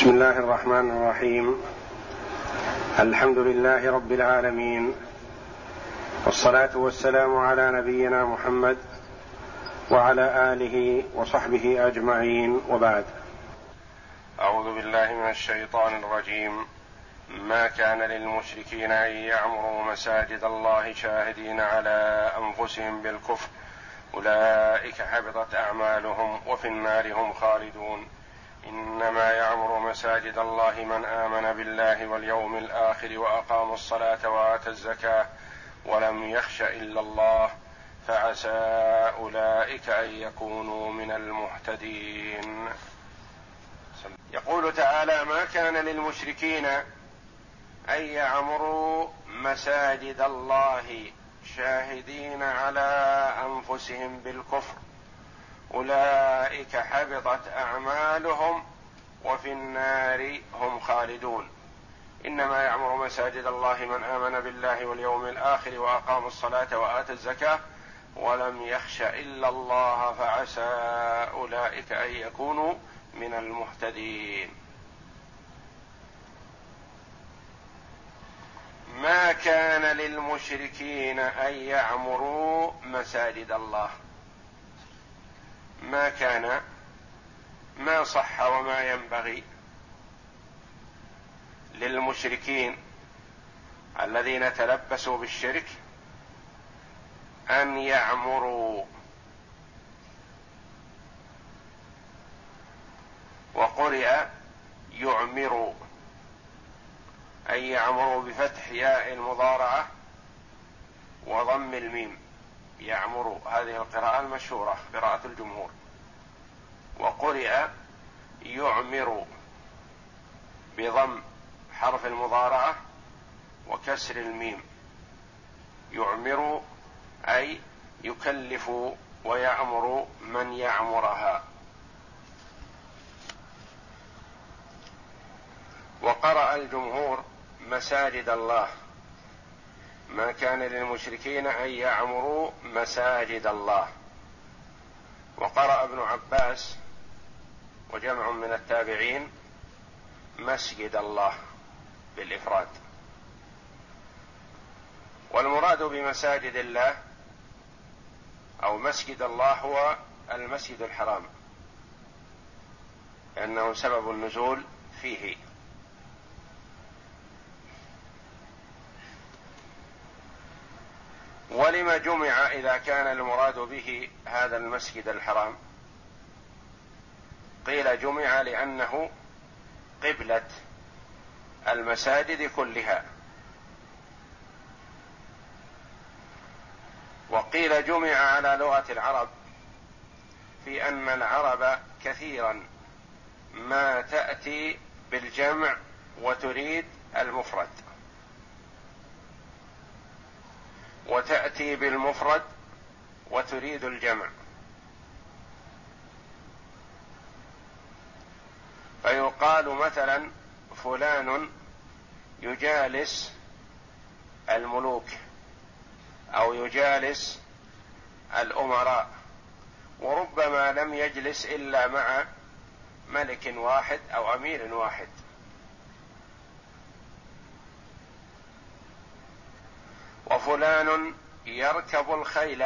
بسم الله الرحمن الرحيم. الحمد لله رب العالمين، والصلاة والسلام على نبينا محمد وعلى آله وصحبه أجمعين، وبعد. أعوذ بالله من الشيطان الرجيم. ما كان للمشركين أن يعمروا مساجد الله شاهدين على أنفسهم بالكفر أولئك حبطت أعمالهم وفي النار هم خالدون. إنما يعمر مساجد الله من آمن بالله واليوم الآخر وأقام الصلاة وآتى الزكاة ولم يخش إلا الله فعسى أولئك أن يكونوا من المهتدين. يقول تعالى: ما كان للمشركين أن يعمروا مساجد الله شاهدين على أنفسهم بالكفر أولئك حبطت أعمالهم وفي النار هم خالدون. إنما يعمر مساجد الله من آمن بالله واليوم الآخر وأقام الصلاة وآتى الزكاة ولم يخش إلا الله فعسى أولئك أن يكونوا من المهتدين. ما كان للمشركين أن يعمروا مساجد الله. ما كان، ما صح وما ينبغي للمشركين الذين تلبسوا بالشرك أن يعمروا، وقرئ يعمروا، أن يعمروا بفتح ياء المضارعة وضم الميم، يعمروا. هذه القراءة المشهورة قراءة الجمهور. وقرئ يعمر بضم حرف المضارعة وكسر الميم، يعمر أي يكلف ويأمر من يعمرها. وقرأ الجمهور مساجد الله. ما كان للمشركين أن يعمروا مساجد الله. وقرأ ابن عباس وجمع من التابعين مسجد الله بالإفراد. والمراد بمساجد الله أو مسجد الله هو المسجد الحرام، لأنه سبب النزول فيه. ولم جمع إذا كان المراد به هذا المسجد الحرام؟ قيل جمع لأنه قبلة المساجد كلها، وقيل جمع على لغة العرب في أن العرب كثيرا ما تأتي بالجمع وتريد المفرد، وتأتي بالمفرد وتريد الجمع. فيقال مثلا فلان يجالس الملوك أو يجالس الأمراء، وربما لم يجلس إلا مع ملك واحد أو أمير واحد. وفلان يركب الخيل،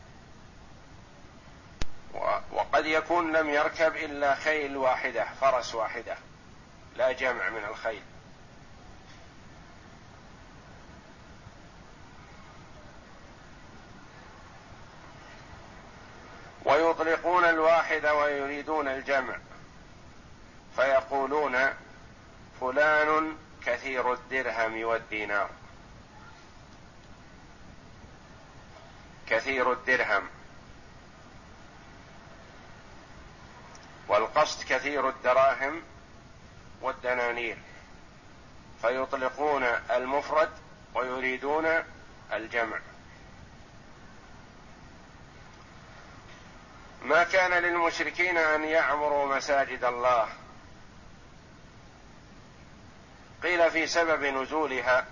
وقد يكون لم يركب إلا خيل واحدة، فرس واحدة، لا جمع من الخيل. ويطلقون الواحد ويريدون الجمع، فيقولون فلان كثير الدرهم والدينار، كثير الدرهم، والقصد كثير الدراهم والدنانير، فيطلقون المفرد ويريدون الجمع. ما كان للمشركين أن يعمروا مساجد الله. قيل في سبب نزولها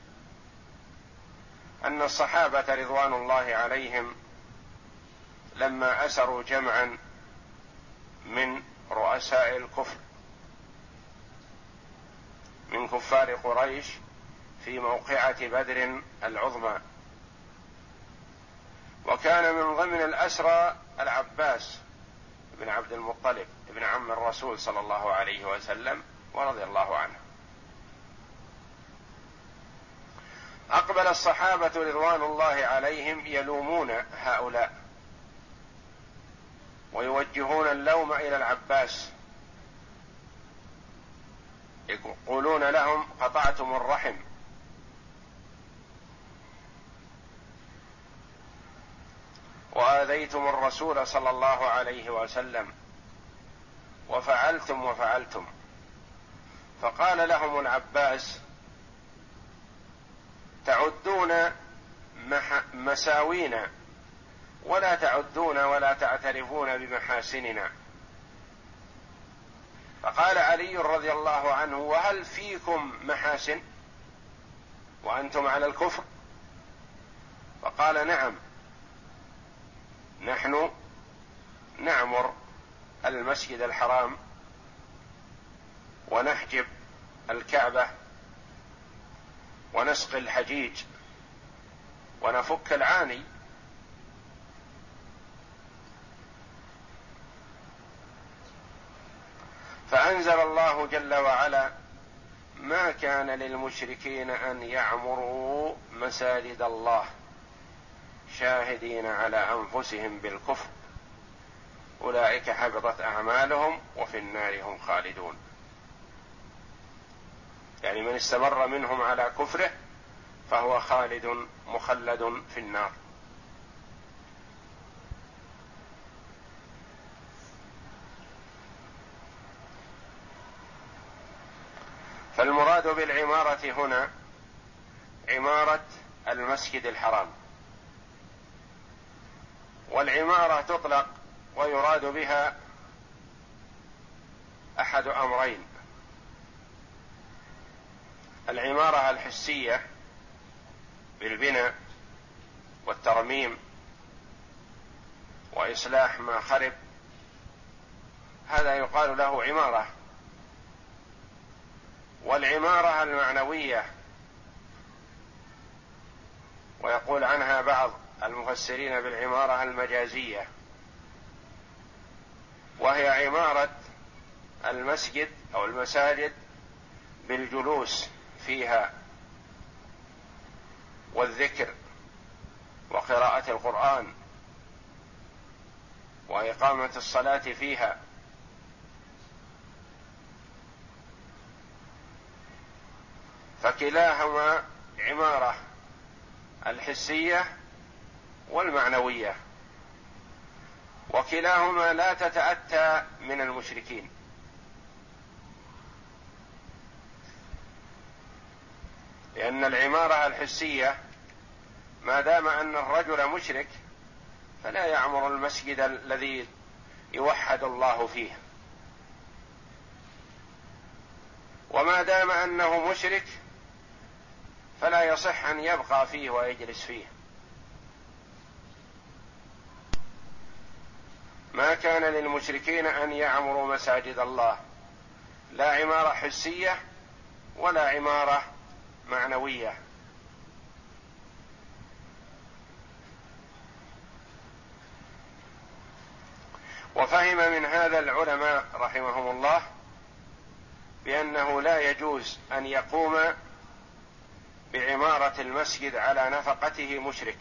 أن الصحابة رضوان الله عليهم لما أسروا جمعا من رؤساء الكفر من كفار قريش في موقعة بدر العظمى. وكان من ضمن الأسرى العباس بن عبد المطلب ابن عم الرسول صلى الله عليه وسلم ورضي الله عنه. أقبل الصحابة رضوان الله عليهم يلومون هؤلاء ويوجهون اللوم إلى العباس، يقولون لهم قطعتم الرحم وآذيتم الرسول صلى الله عليه وسلم وفعلتم. فقال لهم العباس: تعدون مساوينا ولا تعدون ولا تعترفون بمحاسننا. فقال علي رضي الله عنه: وهل فيكم محاسن وأنتم على الكفر؟ فقال: نعم، نحن نعمر المسجد الحرام ونحجب الكعبة ونسقي الحجيج ونفك العاني. فأنزل الله جل وعلا: ما كان للمشركين أن يعمروا مساجد الله شاهدين على أنفسهم بالكفر أولئك حبطت أعمالهم وفي النار هم خالدون. يعني من استمر منهم على كفره فهو خالد مخلد في النار. فالمراد بالعمارة هنا عمارة المسجد الحرام. والعمارة تطلق ويراد بها أحد أمرين: العمارة الحسية بالبناء والترميم وإصلاح ما خرب، هذا يقال له عمارة. والعمارة المعنوية، ويقول عنها بعض المفسرين بالعمارة المجازية، وهي عمارة المسجد أو المساجد بالجلوس فيها والذكر وقراءة القرآن وإقامة الصلاة فيها. فكلاهما عمارة الحسية والمعنوية، وكلاهما لا تتأتى من المشركين، لأن العمارة الحسية ما دام أن الرجل مشرك فلا يعمر المسجد الذي يوحد الله فيه، وما دام أنه مشرك فلا يصح أن يبقى فيه ويجلس فيه. ما كان للمشركين أن يعمروا مساجد الله، لا عمارة حسية ولا عمارة معنوية. وفهم من هذا العلماء رحمهم الله بأنه لا يجوز أن يقوم بعمارة المسجد على نفقته مشرك،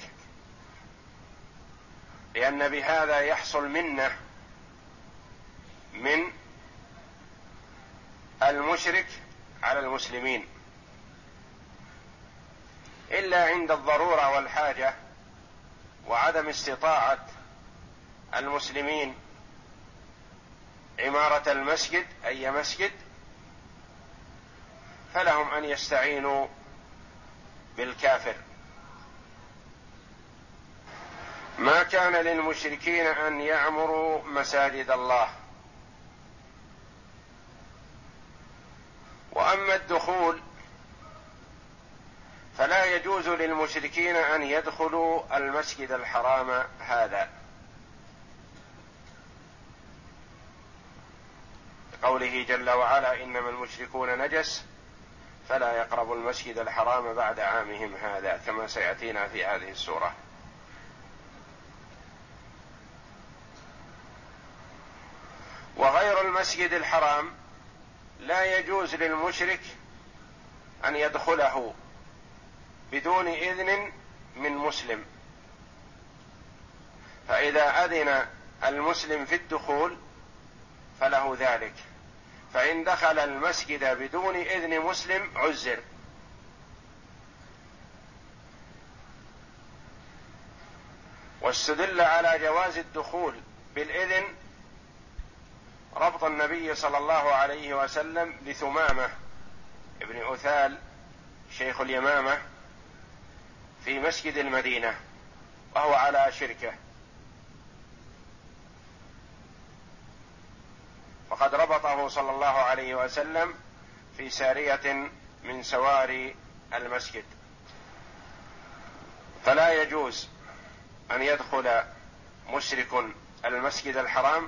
لأن بهذا يحصل منة من المشرك على المسلمين، إلا عند الضرورة والحاجة وعدم استطاعة المسلمين عمارة المسجد أي مسجد، فلهم أن يستعينوا بالكافر. ما كان للمشركين أن يعمروا مساجد الله. وأما الدخول فلا يجوز للمشركين أن يدخلوا المسجد الحرام هذا، قوله جل وعلا: إنما المشركون نجس فلا يقربوا المسجد الحرام بعد عامهم هذا، كما سيأتينا في هذه السورة. وغير المسجد الحرام لا يجوز للمشرك أن يدخله بدون إذن من مسلم، فإذا أذن المسلم في الدخول فله ذلك، فإن دخل المسجد بدون إذن مسلم عزر. واستدل على جواز الدخول بالإذن ربط النبي صلى الله عليه وسلم لثمامة ابن أثال شيخ اليمامة في مسجد المدينة وهو على شركه، فقد ربطه صلى الله عليه وسلم في سارية من سواري المسجد، فلا يجوز أن يدخل مشرك المسجد الحرام.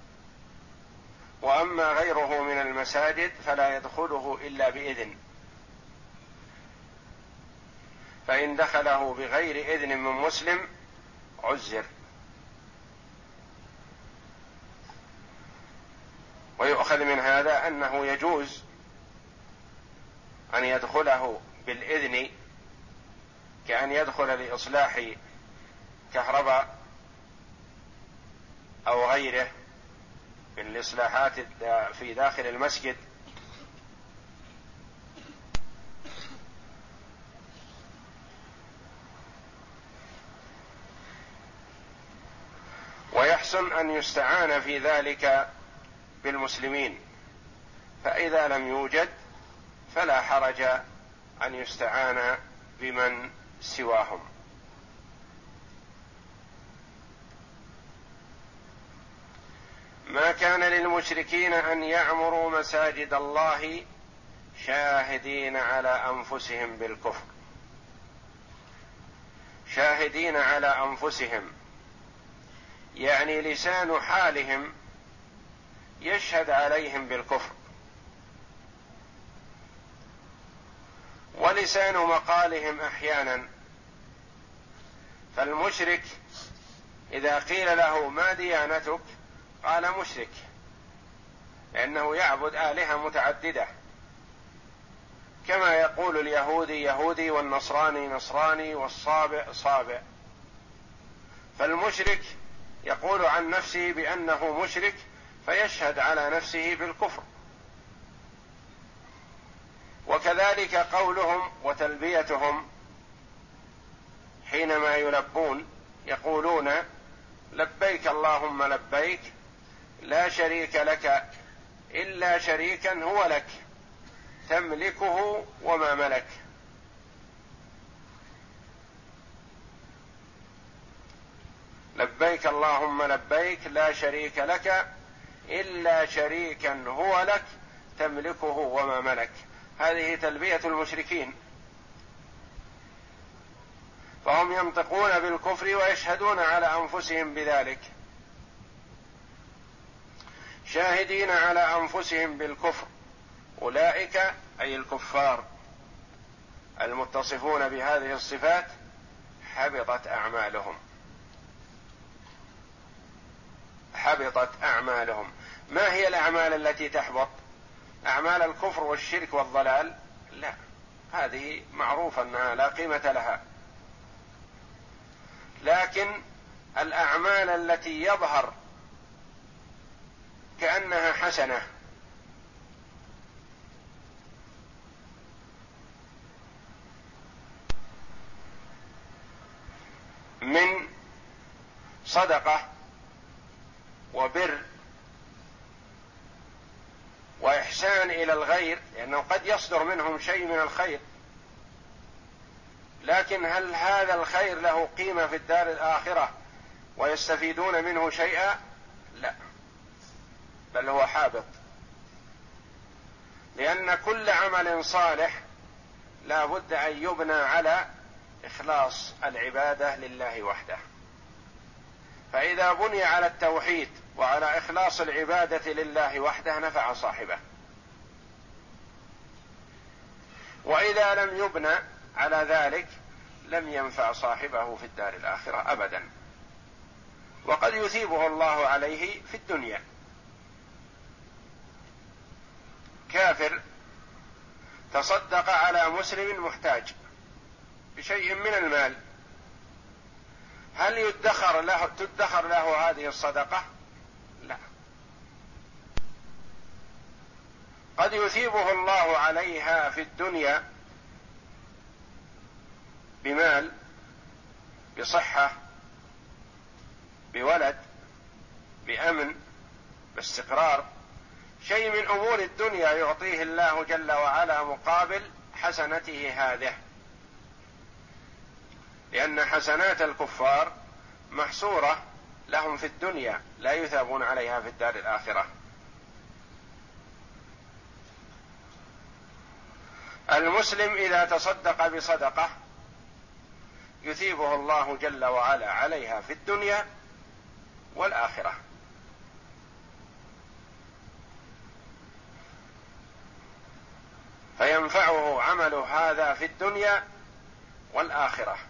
وأما غيره من المساجد فلا يدخله إلا بإذن، فإن دخله بغير إذن من مسلم عزر. ويؤخذ من هذا أنه يجوز أن يدخله بالإذن، كأن يدخل لإصلاح كهرباء أو غيره من الإصلاحات في داخل المسجد، ويحسن أن يستعان في ذلك بالمسلمين، فإذا لم يوجد فلا حرج أن يستعان بمن سواهم. ما كان للمشركين أن يعمروا مساجد الله شاهدين على أنفسهم بالكفر. شاهدين على أنفسهم يعني لسان حالهم يشهد عليهم بالكفر، ولسان مقالهم أحيانا. فالمشرك إذا قيل له ما ديانتك قال مشرك، لأنه يعبد آلهة متعددة، كما يقول اليهودي يهودي والنصراني نصراني والصابئ صابئ. فالمشرك يقول عن نفسه بأنه مشرك فيشهد على نفسه بالكفر. وكذلك قولهم وتلبيتهم حينما يلبون يقولون لبيك اللهم لبيك لا شريك لك إلا شريكا هو لك تملكه وما ملك. لبيك اللهم لبيك لا شريك لك إلا شريكا هو لك تملكه وما ملك. هذه تلبية المشركين، فهم ينطقون بالكفر ويشهدون على أنفسهم بذلك، شاهدين على أنفسهم بالكفر. أولئك أي الكفار المتصفون بهذه الصفات حبطت أعمالهم. حبطت أعمالهم. ما هي الأعمال التي تحبط؟ أعمال الكفر والشرك والضلال؟ لا، هذه معروفة أنها لا قيمة لها. لكن الأعمال التي يظهر كأنها حسنة من صدقة وبر وإحسان إلى الغير، لأنه قد يصدر منهم شيء من الخير، لكن هل هذا الخير له قيمة في الدار الآخرة ويستفيدون منه شيئا؟ لا، بل هو حابط. لأن كل عمل صالح لا بد أن يبنى على إخلاص العبادة لله وحده، فإذا بني على التوحيد وعلى إخلاص العبادة لله وحده نفع صاحبه. وإذا لم يبنى على ذلك لم ينفع صاحبه في الدار الآخرة أبدا، وقد يثيبه الله عليه في الدنيا. كافر تصدق على مسلم محتاج بشيء من المال، هل تدخر له هذه الصدقة؟ لا. قد يثيبه الله عليها في الدنيا بمال، بصحة، بولد، بأمن، باستقرار، شيء من أمور الدنيا يعطيه الله جل وعلا مقابل حسنته هذه، لأن حسنات الكفار محصورة لهم في الدنيا لا يثابون عليها في الدار الآخرة. المسلم إذا تصدق بصدقة يثيبه الله جل وعلا عليها في الدنيا والآخرة. فينفعه عمله هذا في الدنيا والآخرة.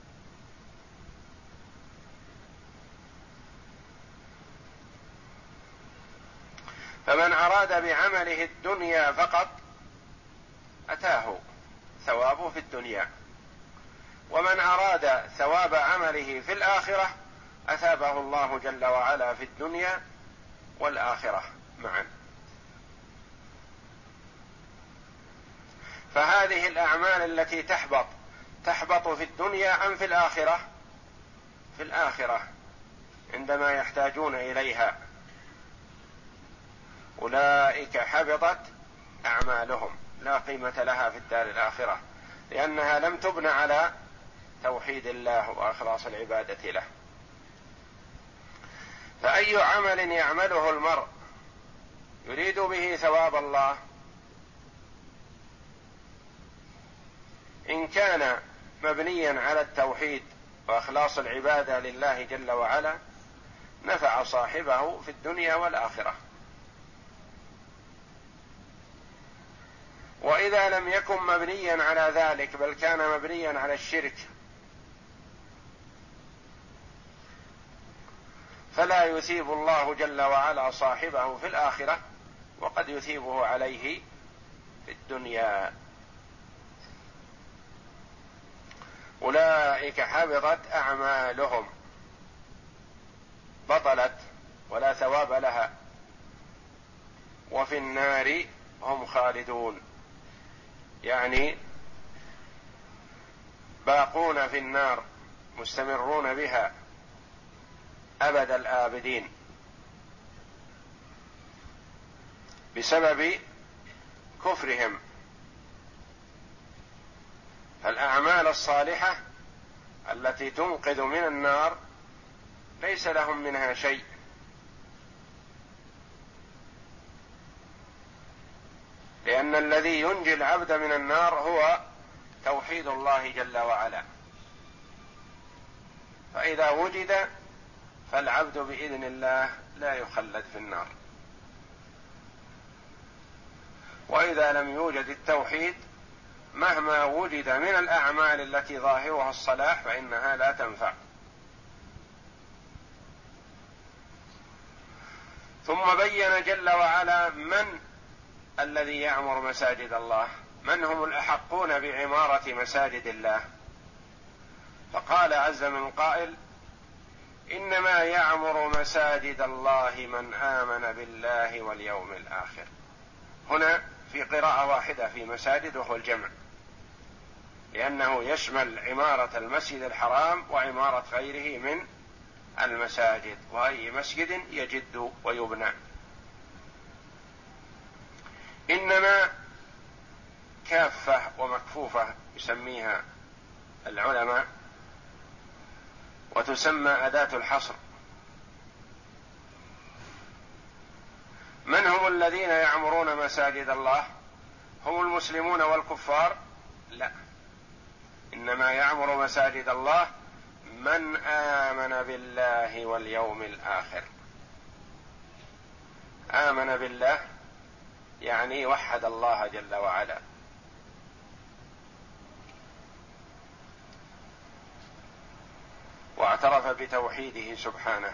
فمن أراد بعمله الدنيا فقط أتاه ثوابه في الدنيا، ومن أراد ثواب عمله في الآخرة أثابه الله جل وعلا في الدنيا والآخرة معا. فهذه الأعمال التي تحبط في الدنيا أم في الآخرة؟ في الآخرة عندما يحتاجون إليها. أولئك حبطت أعمالهم لا قيمة لها في الدار الآخرة، لأنها لم تبنى على توحيد الله وإخلاص العبادة له. فأي عمل يعمله المرء يريد به ثواب الله إن كان مبنيا على التوحيد وإخلاص العبادة لله جل وعلا نفع صاحبه في الدنيا والآخرة. وإذا لم يكن مبنيا على ذلك بل كان مبنيا على الشرك فلا يثيب الله جل وعلا صاحبه في الآخرة، وقد يثيبه عليه في الدنيا. أولئك حبطت أعمالهم، بطلت ولا ثواب لها، وفي النار هم خالدون، يعني باقون في النار مستمرون بها أبد الآبدين بسبب كفرهم. الأعمال الصالحة التي تنقذ من النار ليس لهم منها شيء، لأن الذي ينجي العبد من النار هو توحيد الله جل وعلا، فإذا وجد فالعبد بإذن الله لا يخلد في النار. وإذا لم يوجد التوحيد مهما وجد من الأعمال التي ظاهرها الصلاح فإنها لا تنفع. ثم بين جل وعلا من الذي يعمر مساجد الله، من هم الأحقون بعمارة مساجد الله، فقال عز من قائل: إنما يعمر مساجد الله من آمن بالله واليوم الآخر. هنا في قراءة واحدة في مساجد وهو الجمع، لأنه يشمل عمارة المسجد الحرام وعمارة غيره من المساجد، وأي مسجد يجد ويبنى. إنما كافة ومكفوفة يسميها العلماء، وتسمى أداة الحصر. من هم الذين يعمرون مساجد الله؟ هم المسلمون والكفار؟ لا، إنما يعمر مساجد الله من آمن بالله واليوم الآخر. آمن بالله يعني وحد الله جل وعلا، واعترف بتوحيده سبحانه.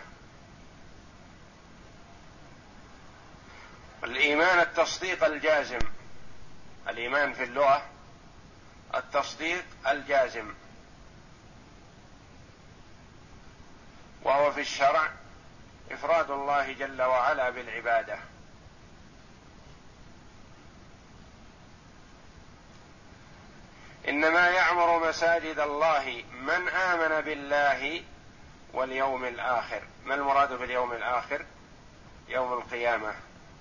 الإيمان التصديق الجازم، الإيمان في اللغة التصديق الجازم، وهو في الشرع إفراد الله جل وعلا بالعبادة. إنما يعمر مساجد الله من آمن بالله واليوم الآخر. ما المراد باليوم الآخر؟ يوم القيامة.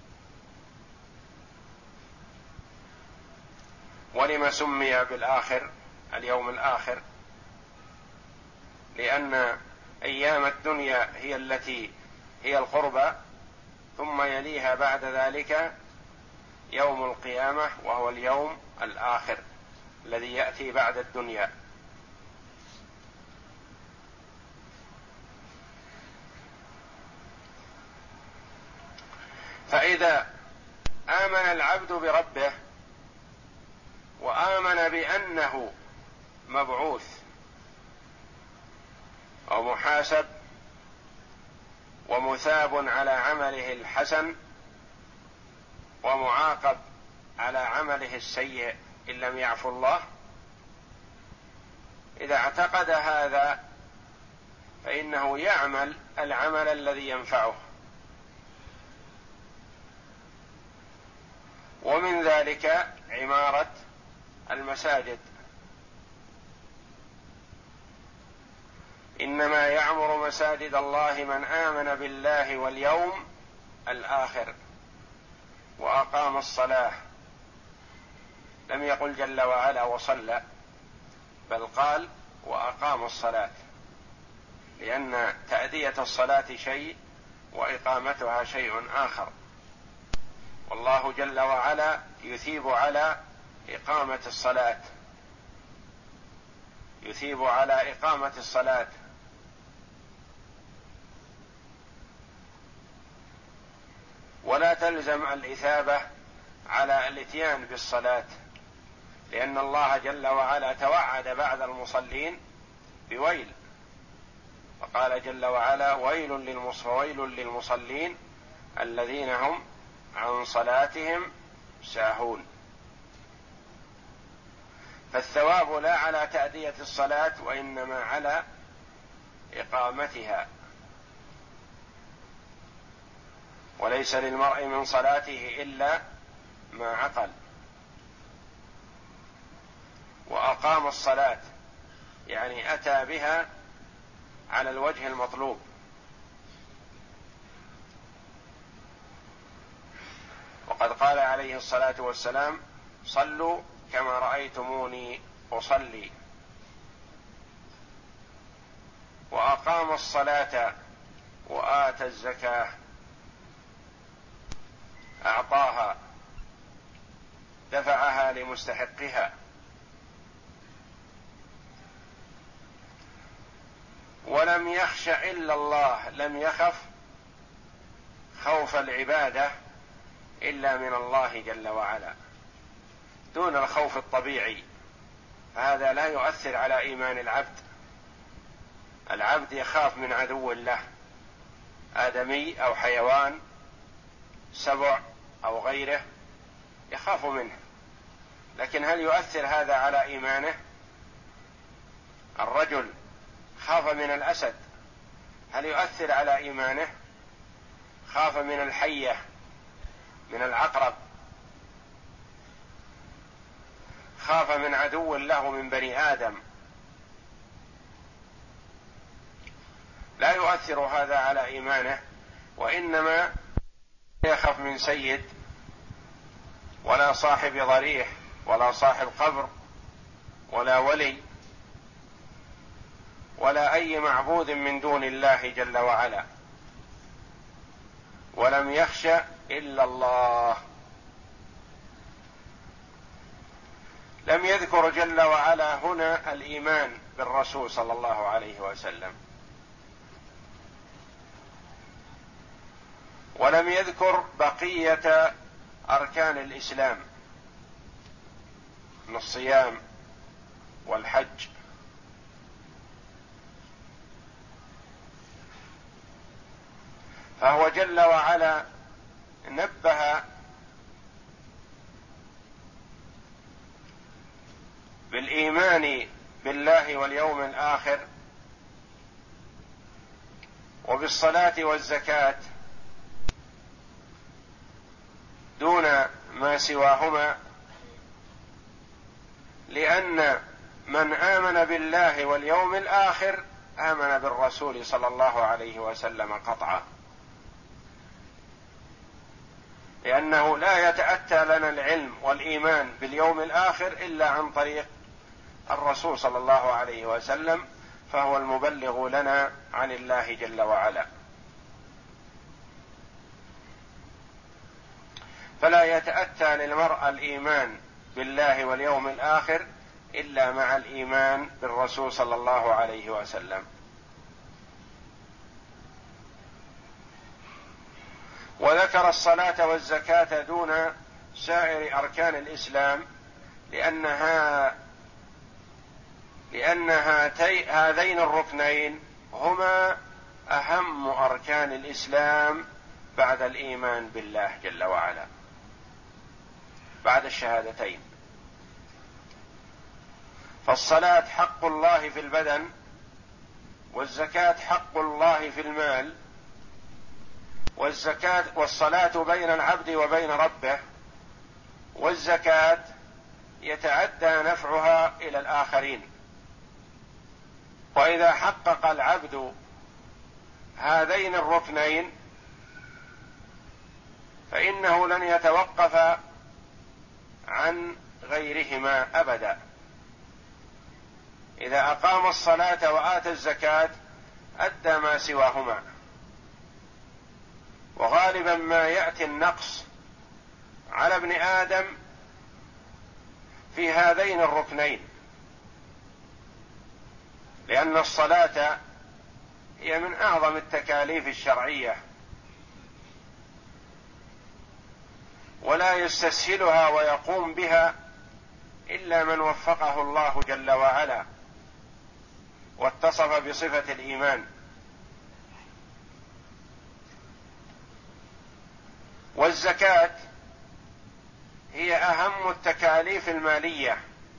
ولم سمي بالآخر اليوم الآخر؟ لأن أيام الدنيا هي التي هي القربى، ثم يليها بعد ذلك يوم القيامة وهو اليوم الآخر الذي يأتي بعد الدنيا. فإذا آمن العبد بربه وآمن بأنه مبعوث أو محاسب ومثاب على عمله الحسن ومعاقب على عمله السيء إن لم يعفو الله، إذا اعتقد هذا فإنه يعمل العمل الذي ينفعه. ومن ذلك عمارة المساجد. إنما يعمر مساجد الله من آمن بالله واليوم الآخر وأقام الصلاة. لم يقل جل وعلا وصلى، بل قال وأقام الصلاة، لأن تأدية الصلاة شيء وإقامتها شيء آخر. والله جل وعلا يثيب على إقامة الصلاة، يثيب على إقامة الصلاة. ولا تلزم الإثابة على الإتيان بالصلاة، لأن الله جل وعلا توعد بعد المصلين بويل، وقال جل وعلا ويل للمصلين الذين هم عن صلاتهم ساهون. فالثواب لا على تأدية الصلاة وإنما على إقامتها. وليس للمرء من صلاته إلا ما عقل. وأقام الصلاة يعني أتى بها على الوجه المطلوب. وقد قال عليه الصلاة والسلام صلوا كما رأيتموني أصلي. وأقام الصلاة وآتى الزكاة، أعطاها دفعها لمستحقها. ولم يخش إلا الله، لم يخف خوف العبادة إلا من الله جل وعلا دون الخوف الطبيعي. هذا لا يؤثر على إيمان العبد. العبد يخاف من عدو له، آدمي أو حيوان، سبع أو غيره، يخاف منه، لكن هل يؤثر هذا على إيمانه؟ الرجل خاف من الأسد، هل يؤثر على إيمانه؟ خاف من الحية، من العقرب، خاف من عدو له من بني آدم، لا يؤثر هذا على إيمانه. وإنما يخاف من سيد ولا صاحب ضريح ولا صاحب قبر ولا ولي ولا أي معبود من دون الله جل وعلا. ولم يخش إلا الله. لم يذكر جل وعلا هنا الإيمان بالرسول صلى الله عليه وسلم، ولم يذكر بقية أركان الإسلام من الصيام والحج فهو جل وعلا نبه بالإيمان بالله واليوم الآخر وبالصلاة والزكاة دون ما سواهما، لأن من آمن بالله واليوم الآخر آمن بالرسول صلى الله عليه وسلم قطعا، لأنه لا يتأتى لنا العلم والإيمان باليوم الآخر إلا عن طريق الرسول صلى الله عليه وسلم، فهو المبلغ لنا عن الله جل وعلا. فلا يتأتى للمرء الإيمان بالله واليوم الآخر إلا مع الإيمان بالرسول صلى الله عليه وسلم. وذكر الصلاة والزكاة دون سائر أركان الإسلام لأن هذين الركنين هما أهم أركان الإسلام بعد الإيمان بالله جل وعلا، بعد الشهادتين. فالصلاة حق الله في البدن، والزكاة حق الله في المال، والصلاة بين العبد وبين ربه، والزكاة يتعدى نفعها إلى الآخرين. وإذا حقق العبد هذين الركنين فإنه لن يتوقف عن غيرهما أبدا. إذا أقام الصلاة وآتى الزكاة أدى ما سواهما. وغالبا ما يأتي النقص على ابن آدم في هذين الركنين، لأن الصلاة هي من أعظم التكاليف الشرعية، ولا يستسهلها ويقوم بها إلا من وفقه الله جل وعلا واتصف بصفة الإيمان. والزكاة هي أهم التكاليف المالية،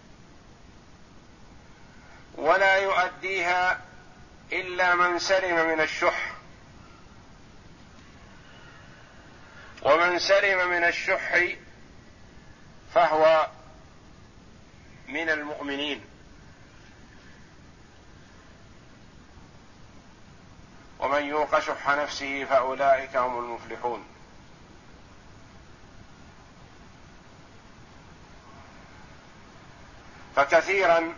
ولا يؤديها إلا من سلم من الشح، ومن سلم من الشح فهو من المؤمنين. ومن يوق شح نفسه فأولئك هم المفلحون. فكثيرا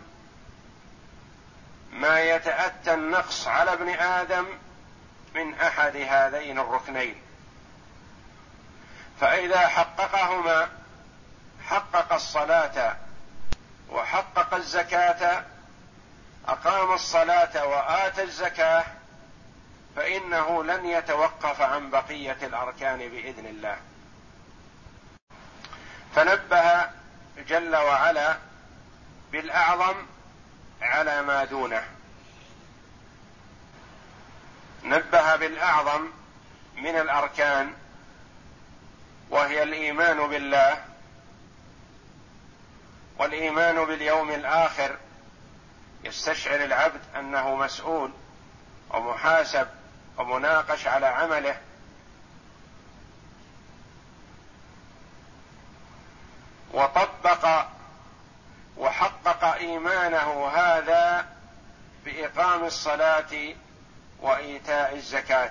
ما يتأتى النقص على ابن آدم من أحد هذين الركنين، فإذا حققهما حقق الصلاة وحقق الزكاة، أقام الصلاة وآتى الزكاة، فإنه لن يتوقف عن بقية الأركان بإذن الله. فنبه جل وعلا بالأعظم على ما دونه، نبه بالأعظم من الأركان وهي الإيمان بالله والإيمان باليوم الآخر. يستشعر العبد أنه مسؤول ومحاسب ومناقش على عمله، وطبق وحقق إيمانه هذا بإقام الصلاة وإيتاء الزكاة.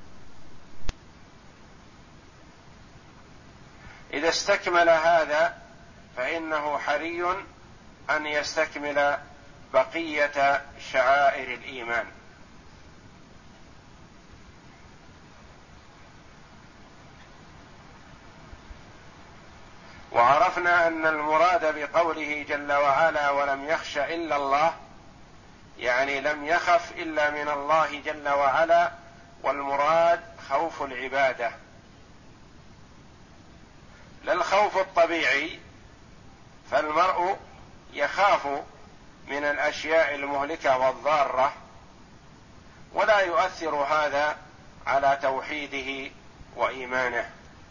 إذا استكمل هذا فإنه حري أن يستكمل بقية شعائر الإيمان. وعرفنا أن المراد بقوله جل وعلا ولم يخش إلا الله، يعني لم يخف إلا من الله جل وعلا، والمراد خوف العبادة، لا الخوف الطبيعي. فالمرء يخاف من الأشياء المهلكة والضارة، ولا يؤثر هذا على توحيده وإيمانه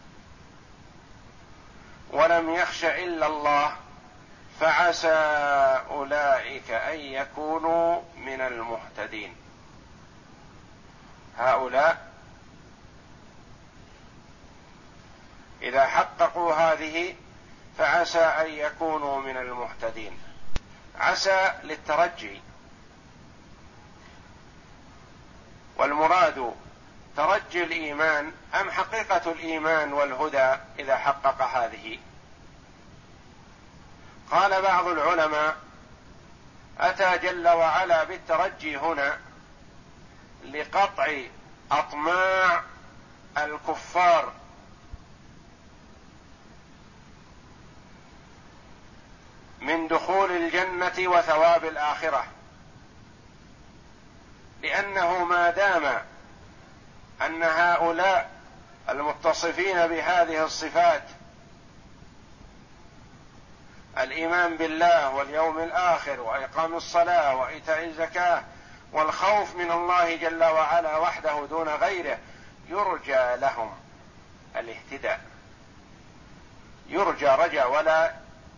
ولم يخش إلا الله فعسى أولئك أن يكونوا من المهتدين. هؤلاء إذا حققوا هذه فعسى أن يكونوا من المهتدين. عسى للترجي، والمراد ترجي الإيمان أم حقيقة الإيمان والهدى إذا حقق هذه؟ قال بعض العلماء: أتى جل وعلا بالترجي هنا لقطع أطماع الكفار من دخول الجنة وثواب الآخرة، لأنه ما دام أن هؤلاء المتصفين بهذه الصفات، الإيمان بالله واليوم الآخر وإقام الصلاة وإيتاء الزكاة والخوف من الله جل وعلا وحده دون غيره، يرجى لهم الاهتداء، يرجى رجاء ولا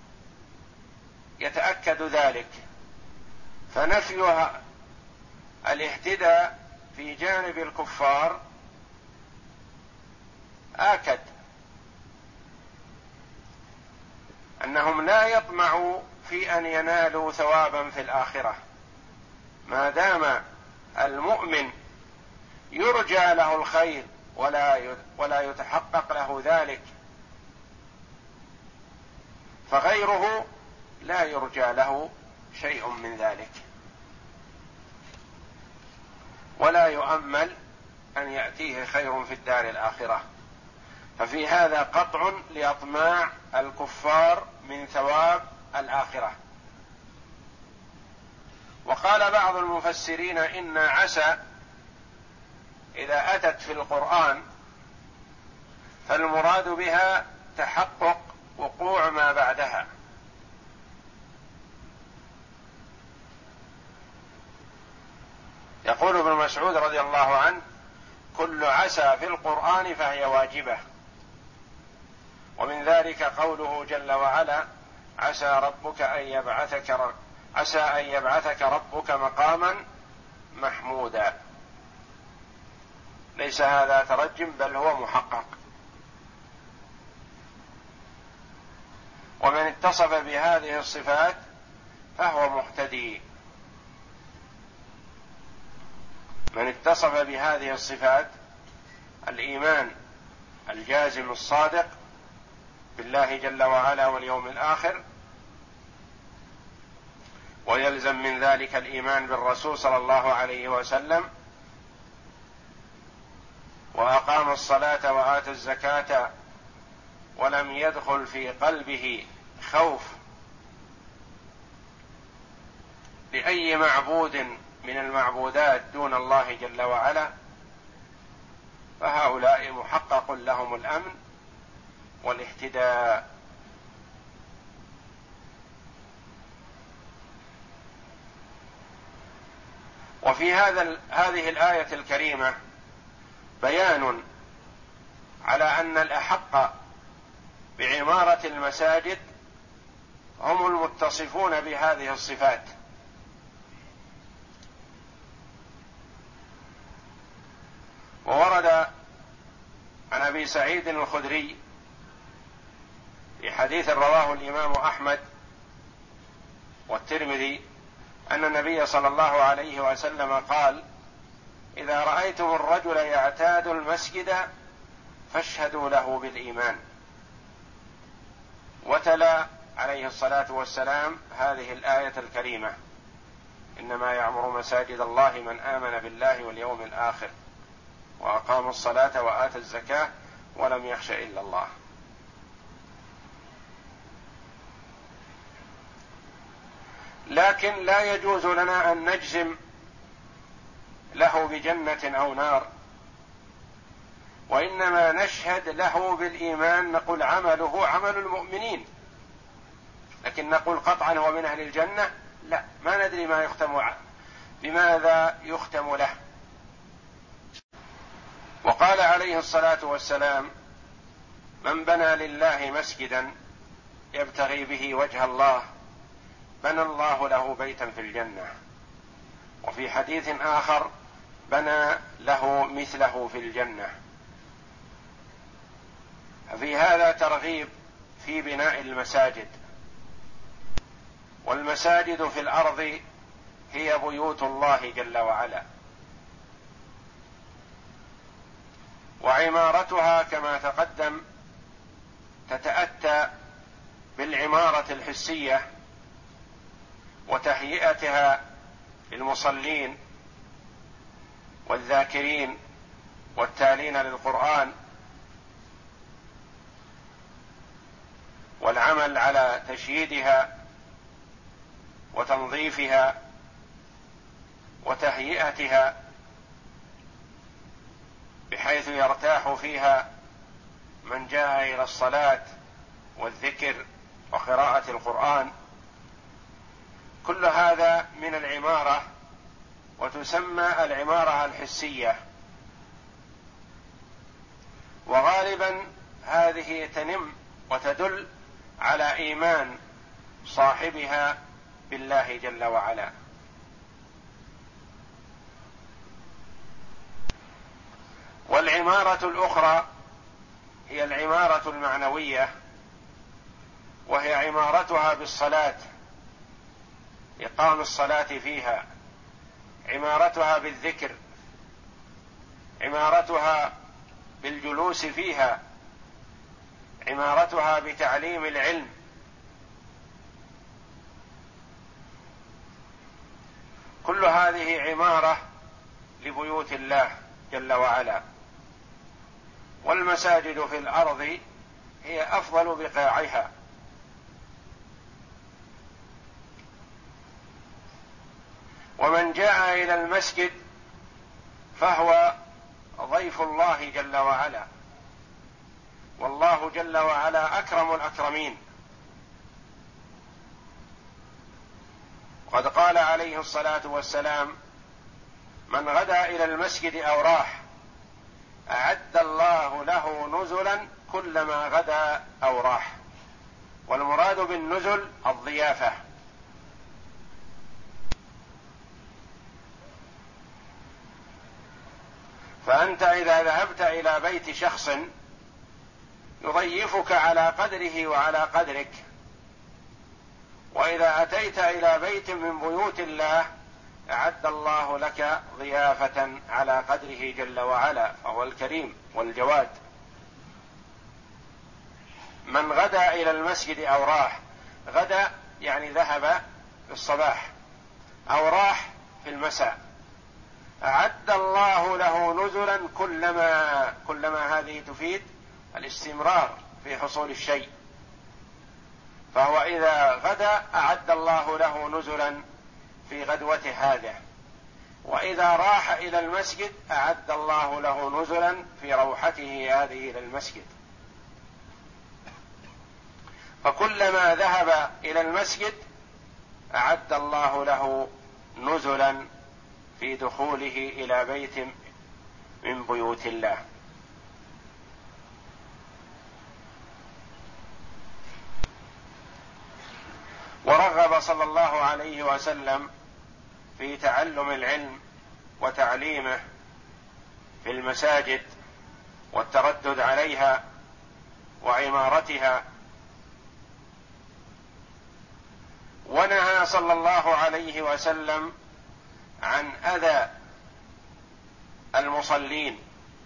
يتأكد ذلك، فنفي الاهتداء في جانب الكفار آكد أنهم لا يطمعوا في أن ينالوا ثوابا في الآخرة، ما دام المؤمن يرجى له الخير ولا يتحقق له ذلك، فغيره لا يرجى له شيء من ذلك ولا يؤمل أن يأتيه خير في الدار الآخرة. ففي هذا قطع لأطماع الكفار من ثواب الآخرة. وقال بعض المفسرين إن عسى إذا أتت في القرآن فالمراد بها تحقق وقوع ما بعدها، يقول ابن مسعود رضي الله عنه: كل عسى في القرآن فهي واجبة. ومن ذلك قوله جل وعلا: عسى أن يبعثك ربك مقاما محمودا. ليس هذا ترجم بل هو محقق. ومن اتصف بهذه الصفات فهو مهتدي. من اتصف بهذه الصفات: الإيمان الجازم الصادق بالله جل وعلا واليوم الآخر، ويلزم من ذلك الإيمان بالرسول صلى الله عليه وسلم، وأقام الصلاة وآتى الزكاة ولم يدخل في قلبه خوف لأي معبود من المعبودات دون الله جل وعلا، فهؤلاء محقق لهم الأمن والاهتداء. وفي هذه الآية الكريمة بيان على أن الأحق بعمارة المساجد هم المتصفون بهذه الصفات. وورد عن أبي سعيد الخدري في حديث رواه الإمام أحمد والترمذي أن النبي صلى الله عليه وسلم قال: إذا رأيتم الرجل يعتاد المسجد فاشهدوا له بالإيمان. وتلا عليه الصلاة والسلام هذه الآية الكريمة: إنما يعمر مساجد الله من آمن بالله واليوم الآخر وأقام الصلاة وآتى الزكاة ولم يخش إلا الله. لكن لا يجوز لنا أن نجزم له بجنة أو نار، وإنما نشهد له بالإيمان، نقول عمله عمل المؤمنين، لكن نقول قطعا هو من أهل الجنة لا، ما ندري ما يختم بماذا يختم له. وقال عليه الصلاة والسلام: من بنى لله مسجدا يبتغي به وجه الله بنى الله له بيتا في الجنة. وفي حديث آخر: بنى له مثله في الجنة. في هذا ترغيب في بناء المساجد. والمساجد في الأرض هي بيوت الله جل وعلا، وعمارتها كما تقدم تتأتى بالعمارة الحسية وتهيئتها للمصلين والذاكرين والتالين للقرآن، والعمل على تشييدها وتنظيفها وتهيئتها بحيث يرتاح فيها من جاء إلى الصلاة والذكر وقراءة القرآن. كل هذا من العمارة، وتسمى العمارة الحسية. وغالبا هذه تنم وتدل على إيمان صاحبها بالله جل وعلا. والعمارة الأخرى هي العمارة المعنوية، وهي عمارتها بالصلاة، إقام الصلاة فيها، عمارتها بالذكر، عمارتها بالجلوس فيها، عمارتها بتعليم العلم. كل هذه عمارة لبيوت الله جل وعلا. والمساجد في الأرض هي أفضل بقاعها. ومن جاء إلى المسجد فهو ضيف الله جل وعلا، والله جل وعلا أكرم الأكرمين. وقد قال عليه الصلاة والسلام: من غدا إلى المسجد أو راح أعد الله له نزلا كلما غدا أو راح. والمراد بالنزل الضيافة. فأنت إذا ذهبت إلى بيت شخص يضيفك على قدره وعلى قدرك، وإذا أتيت إلى بيت من بيوت الله أعد الله لك ضيافة على قدره جل وعلا، فهو الكريم والجواد. من غدا إلى المسجد أو راح، غدا يعني ذهب في الصباح، أو راح في المساء، أعد الله له نزلا كلما هذه تفيد الاستمرار في حصول الشيء. فهو إذا غدا أعد الله له نزلا في غدوته هذه، وإذا راح إلى المسجد أعد الله له نزلا في روحته هذه إلى المسجد. فكلما ذهب إلى المسجد أعد الله له نزلا في دخوله إلى بيت من بيوت الله. ورغب صلى الله عليه وسلم في تعلم العلم وتعليمه في المساجد والتردد عليها وعمارتها. ونهى صلى الله عليه وسلم عن أذى المصلين،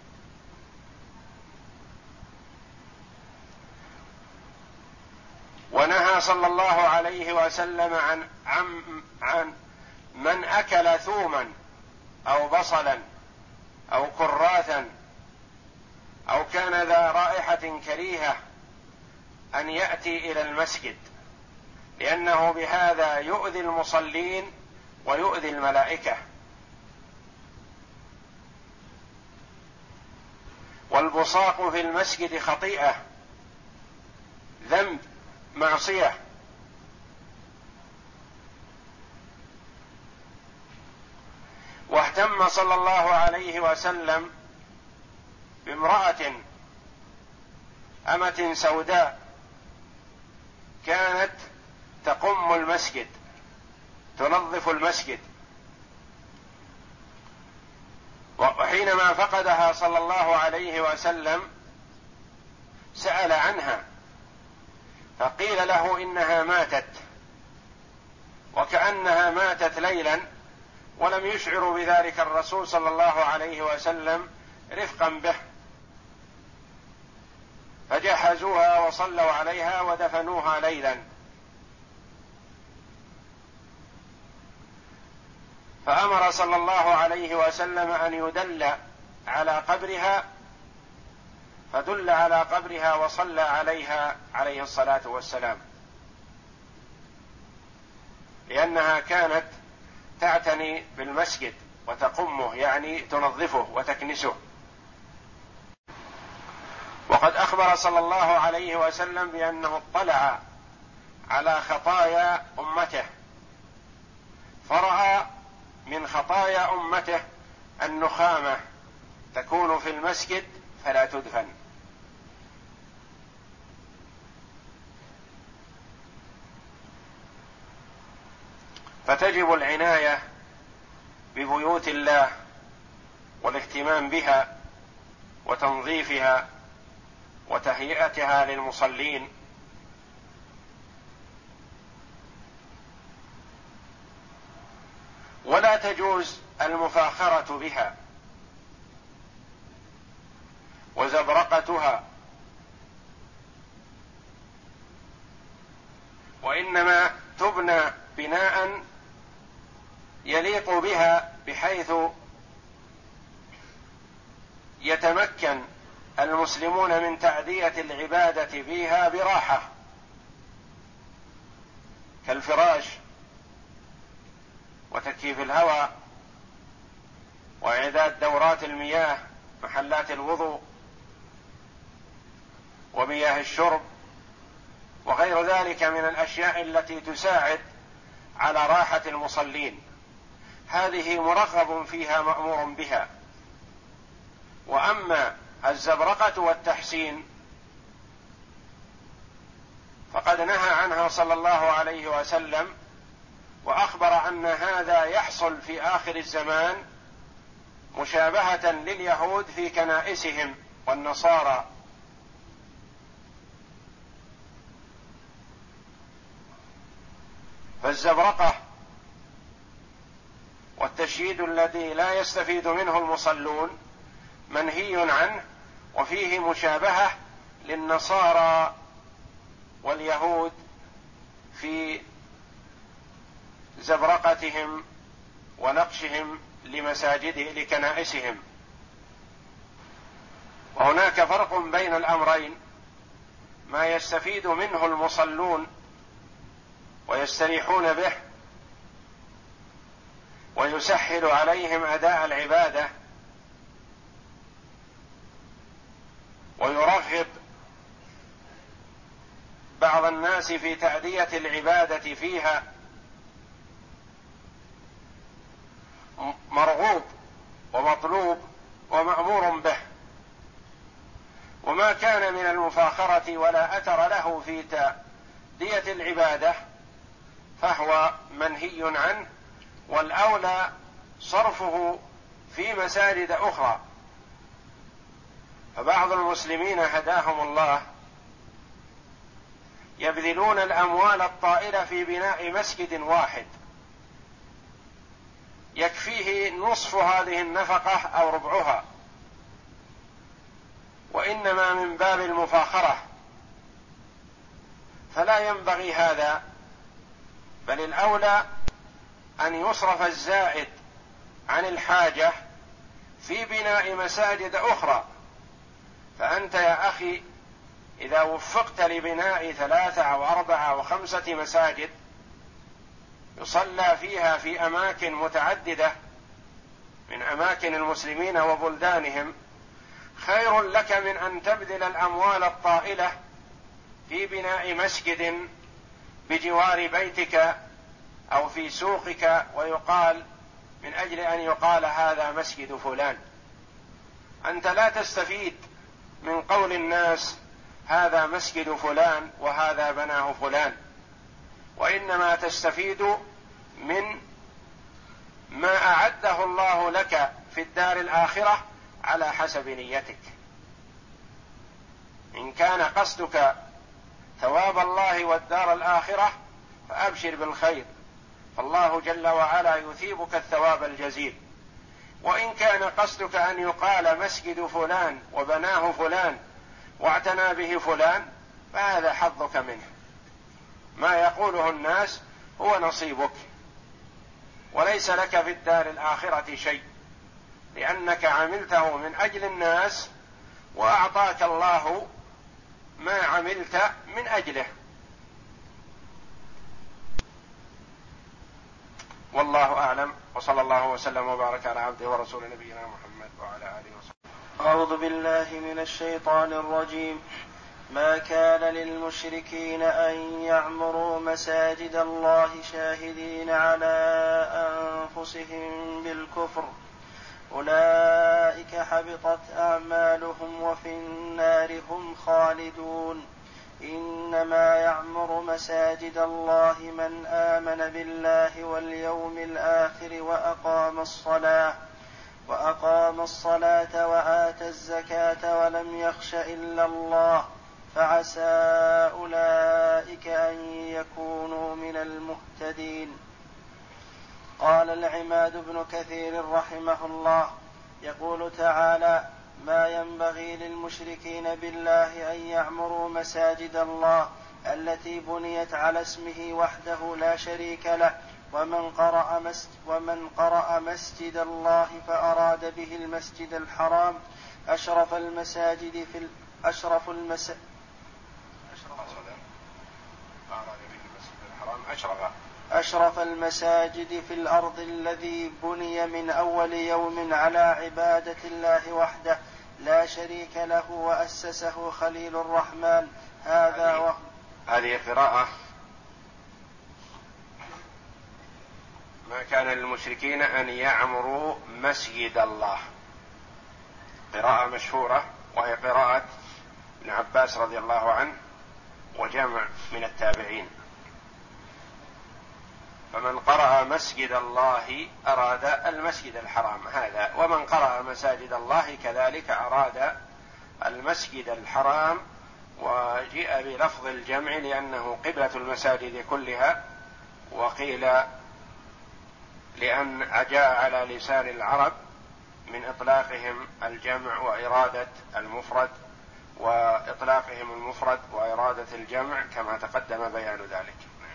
ونهى صلى الله عليه وسلم عن من أكل ثوما أو بصلا أو كراثا أو كان ذا رائحة كريهة أن يأتي إلى المسجد، لأنه بهذا يؤذي المصلين ويؤذي الملائكة. والبصاق في المسجد خطيئة، ذنب، معصية. واهتم صلى الله عليه وسلم بامرأة أمة سوداء كانت تقم المسجد تنظف المسجد، وحينما فقدها صلى الله عليه وسلم سأل عنها فقيل له إنها ماتت، وكأنها ماتت ليلا، ولم يشعر بذلك الرسول صلى الله عليه وسلم رفقا به، فجهزوها وصلوا عليها ودفنوها ليلا. فأمر صلى الله عليه وسلم أن يدل على قبرها، فدل على قبرها وصلى عليها عليه الصلاة والسلام، لأنها كانت تعتني بالمسجد وتقمه، يعني تنظفه وتكنسه. وقد أخبر صلى الله عليه وسلم بأنه اطلع على خطايا أمته فرأى من خطايا أمته النخامة تكون في المسجد فلا تدفن. فتجب العناية ببيوت الله والاهتمام بها وتنظيفها وتهيئتها للمصلين، ولا تجوز المفاخرة بها وزبرقتها، وإنما تبنى بناء يليق بها بحيث يتمكن المسلمون من تأدية العبادة فيها براحة، كالفراش وتكييف الهواء وإعداد دورات المياه، محلات الوضوء ومياه الشرب وغير ذلك من الأشياء التي تساعد على راحة المصلين، هذه مرغب فيها مأمور بها. وأما الزبرقة والتحسين فقد نهى عنها صلى الله عليه وسلم، وأخبر أن هذا يحصل في آخر الزمان مشابهة لليهود في كنائسهم والنصارى. فالزبرقة والتشييد الذي لا يستفيد منه المصلون منهي عنه، وفيه مشابهة للنصارى واليهود في زبرقتهم ونقشهم لكنائسهم. وهناك فرق بين الأمرين، ما يستفيد منه المصلون ويستريحون به ويسهل عليهم أداء العبادة ويرغب بعض الناس في تأدية العبادة فيها، مرغوب ومطلوب ومأمور به. وما كان من المفاخرة ولا أثر له في تأدية العبادة فهو منهي عنه، والأولى صرفه في مساجد أخرى. فبعض المسلمين هداهم الله يبذلون الأموال الطائلة في بناء مسجد واحد يكفيه نصف هذه النفقة أو ربعها، وإنما من باب المفاخرة، فلا ينبغي هذا، بل الأولى أن يصرف الزائد عن الحاجة في بناء مساجد أخرى. فأنت يا أخي إذا وفقت لبناء 3 أو 4 أو 5 مساجد يصلى فيها في أماكن متعددة من أماكن المسلمين وبلدانهم، خير لك من أن تبذل الأموال الطائلة في بناء مسجد بجوار بيتك أو في سوقك، ويقال من أجل أن يقال هذا مسجد فلان. أنت لا تستفيد من قول الناس هذا مسجد فلان وهذا بناه فلان، وإنما تستفيد من ما أعده الله لك في الدار الآخرة على حسب نيتك. إن كان قصدك ثواب الله والدار الآخرة فأبشر بالخير، فالله جل وعلا يثيبك الثواب الجزيل. وإن كان قصدك أن يقال مسجد فلان وبناه فلان واعتنى به فلان فهذا حظك منه، ما يقوله الناس هو نصيبك، وليس لك في الدار الآخرة شيء، لأنك عملته من أجل الناس وأعطاك الله ما عملت من أجله. والله أعلم، وصلى الله وسلم وبارك على عبده ورسول نبينا محمد وعلى آله وصحبه. أعوذ بالله من الشيطان الرجيم. ما كان للمشركين أن يعمروا مساجد الله شاهدين على أنفسهم بالكفر، أولئك حبطت أعمالهم وفي النار هم خالدون. إنما يعمر مساجد الله من آمن بالله واليوم الآخر وأقام الصلاة وآتى الزكاة ولم يخش إلا الله، فعسى أولئك أن يكونوا من المهتدين. قال العماد بن كثير رحمه الله يقول تعالى: ما ينبغي للمشركين بالله أن يعمروا مساجد الله التي بنيت على اسمه وحده لا شريك له، ومن قرأ مسجد الله فأراد به المسجد الحرام أشرف المساجد في الأرض الذي بني من أول يوم على عبادة الله وحده لا شريك له وأسسه خليل الرحمن. هذه قراءة ما كان للمشركين أن يعمروا مسجد الله، قراءة مشهورة وهي قراءة ابن عباس رضي الله عنه وجمع من التابعين. فمن قرأ مسجد الله أراد المسجد الحرام هذا، ومن قرأ مساجد الله كذلك أراد المسجد الحرام، وجيء بلفظ الجمع لأنه قبلة المساجد كلها، وقيل لأن جاء على لسان العرب من إطلاقهم الجمع وإرادة المفرد، وإطلاقهم المفرد وإرادة الجمع كما تقدم بيان ذلك.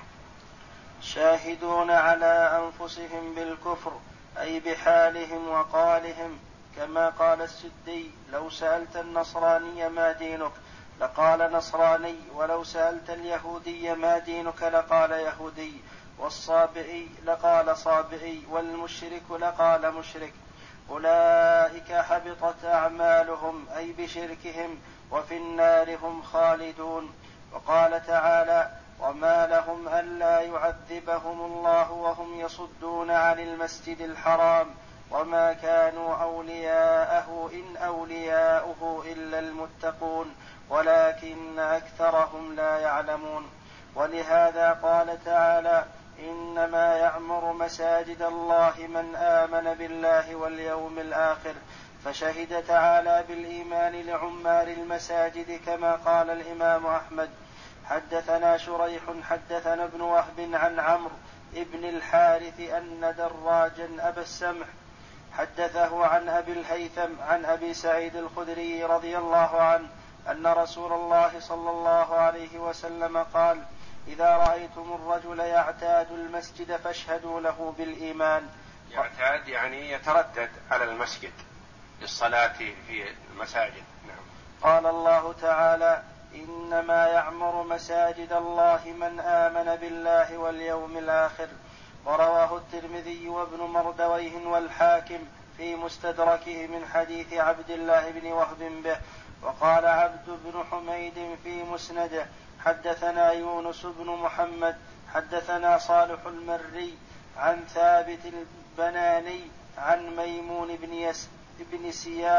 شاهدون على أنفسهم بالكفر أي بحالهم وقالهم، كما قال السدي: لو سألت النصراني ما دينك لقال نصراني، ولو سألت اليهودي ما دينك لقال يهودي، والصابئي لقال صابئي، والمشرك لقال مشرك. أولئك حبطت أعمالهم أي بشركهم وفي النار هم خالدون. وقال تعالى: وما لهم ألا يعذبهم الله وهم يصدون عن المسجد الحرام وما كانوا أولياءه إن أولياؤه إلا المتقون ولكن أكثرهم لا يعلمون. ولهذا قال تعالى: إنما يعمر مساجد الله من آمن بالله واليوم الآخر، فشهد تعالى بالإيمان لعمار المساجد كما قال الإمام أحمد: حدثنا شريح حدثنا ابن وهب عن عمرو ابن الحارث أن دراجا أبا السمح حدثه عن أبي الهيثم عن أبي سعيد الخدري رضي الله عنه أن رسول الله صلى الله عليه وسلم قال: إذا رأيتم الرجل يعتاد المسجد فاشهدوا له بالإيمان. يعتاد يعني يتردد على المسجد للصلاة في المساجد. نعم. قال الله تعالى: إنما يعمر مساجد الله من آمن بالله واليوم الآخر. ورواه الترمذي وابن مردويه والحاكم في مستدركه من حديث عبد الله بن وهب به. وقال عبد بن حميد في مسنده: حدثنا يونس بن محمد حدثنا صالح المري عن ثابت البناني عن ميمون بن سياه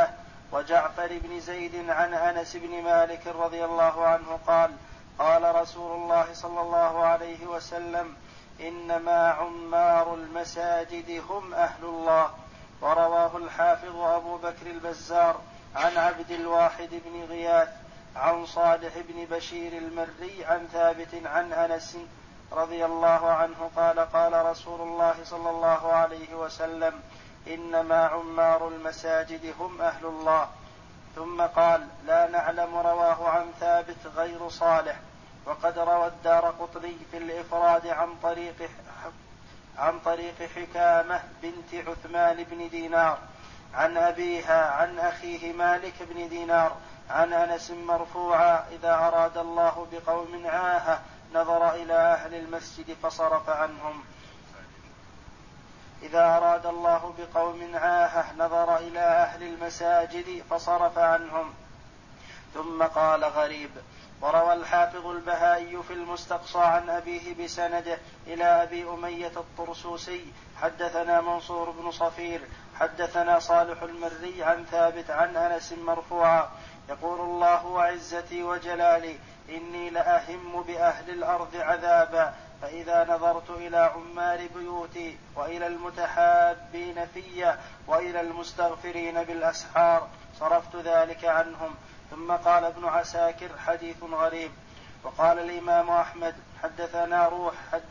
وجعفر بن زيد عن أنس بن مالك رضي الله عنه قال قال رسول الله صلى الله عليه وسلم إنما عمار المساجد هم أهل الله. ورواه الحافظ أبو بكر البزار عن عبد الواحد بن غياث عن صالح بن بشير المري عن ثابت عن أنس رضي الله عنه قال قال رسول الله صلى الله عليه وسلم إنما عمار المساجد هم أهل الله. ثم قال لا نعلم رواه عن ثابت غير صالح. وقد روى الدارقطني في الإفراد عن طريق حكامة بنت عثمان بن دينار عن أبيها عن أخيه مالك بن دينار عن أنس مرفوعا إذا أراد الله بقوم عاهة نظر إلى أهل المسجد فصرف عنهم. إذا أراد الله بقوم عاهة نظر إلى أهل المساجد فصرف عنهم. ثم قال غريب. وروى الحافظ البهائي في المستقصى عن أبيه بسنده إلى أبي أمية الطرسوسي حدثنا منصور بن صفير حدثنا صالح المري عن ثابت عن أنس مرفوعا يقول الله وعزتي وجلالي إني لأهم بأهل الأرض عذابا فإذا نظرت إلى عمار بيوتي وإلى المتحابين في وإلى المستغفرين بالأسحار صرفت ذلك عنهم. ثم قال ابن عساكر حديث غريب. وقال الإمام أحمد حدثنا روح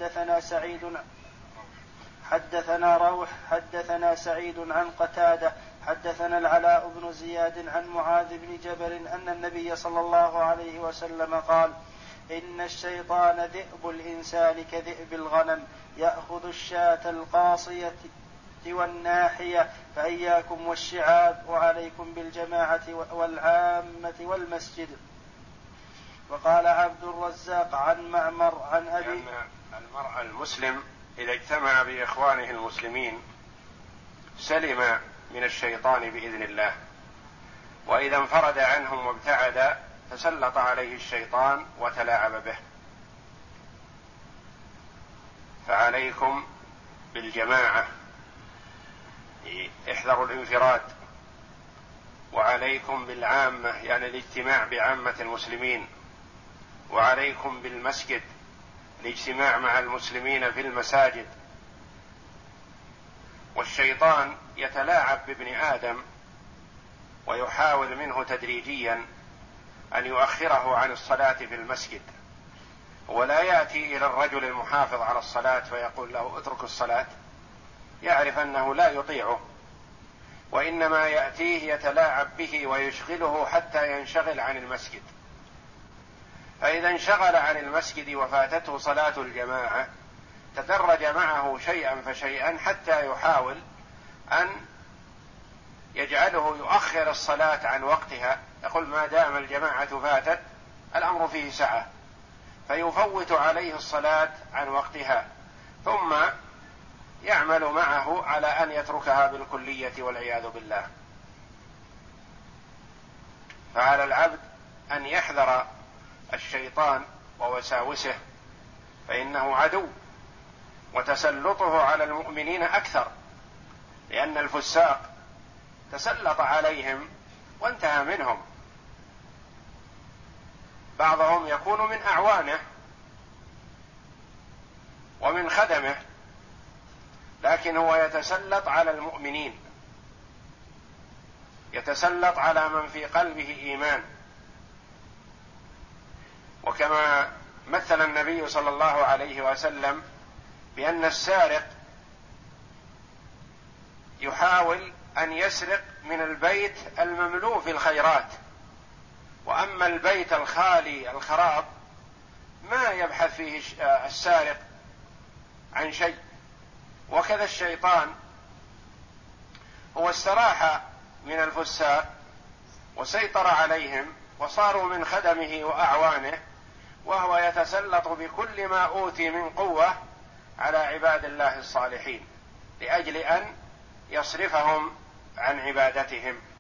حدثنا سعيد عن قتادة حدثنا العلاء بن زياد عن معاذ بن جبل أن النبي صلى الله عليه وسلم قال إن الشيطان ذئب الإنسان كذئب الغنم يأخذ الشاة القاصية والناحية فإياكم والشعاب وعليكم بالجماعة والعامة والمسجد. وقال عبد الرزاق عن معمر عن أبي المرء المسلم إذا اجتمع بإخوانه المسلمين سلم من الشيطان بإذن الله، وإذا انفرد عنهم وابتعد تسلط عليه الشيطان وتلاعب به. فعليكم بالجماعة، احذروا الانفراد، وعليكم بالعامة يعني الاجتماع بعامة المسلمين، وعليكم بالمسجد الاجتماع مع المسلمين في المساجد. والشيطان يتلاعب بابن آدم ويحاول منه تدريجيا أن يؤخره عن الصلاة في المسجد، ولا يأتي إلى الرجل المحافظ على الصلاة فيقول له اترك الصلاة، يعرف أنه لا يطيعه، وإنما يأتيه يتلاعب به ويشغله حتى ينشغل عن المسجد. فإذا انشغل عن المسجد وفاتته صلاة الجماعة تدرج معه شيئا فشيئا حتى يحاول أن يجعله يؤخر الصلاة عن وقتها، يقول ما دام الجماعة فاتت الأمر فيه سعة، فيفوت عليه الصلاة عن وقتها، ثم يعمل معه على أن يتركها بالكلية والعياذ بالله. فعلى العبد أن يحذر الشيطان ووساوسه، فإنه عدو، وتسلطه على المؤمنين أكثر، لأن الفساق تسلط عليهم وانتهى منهم. بعضهم يكون من أعوانه ومن خدمه، لكن هو يتسلط على المؤمنين، يتسلط على من في قلبه إيمان. وكما مثل النبي صلى الله عليه وسلم بأن السارق يحاول أن يسرق من البيت المملوء في الخيرات، وأما البيت الخالي الخراب ما يبحث فيه السارق عن شيء. وكذا الشيطان هو استراح من الفساق وسيطر عليهم وصاروا من خدمه وأعوانه، وهو يتسلط بكل ما أوتي من قوة على عباد الله الصالحين لأجل أن يصرفهم عن عبادتهم.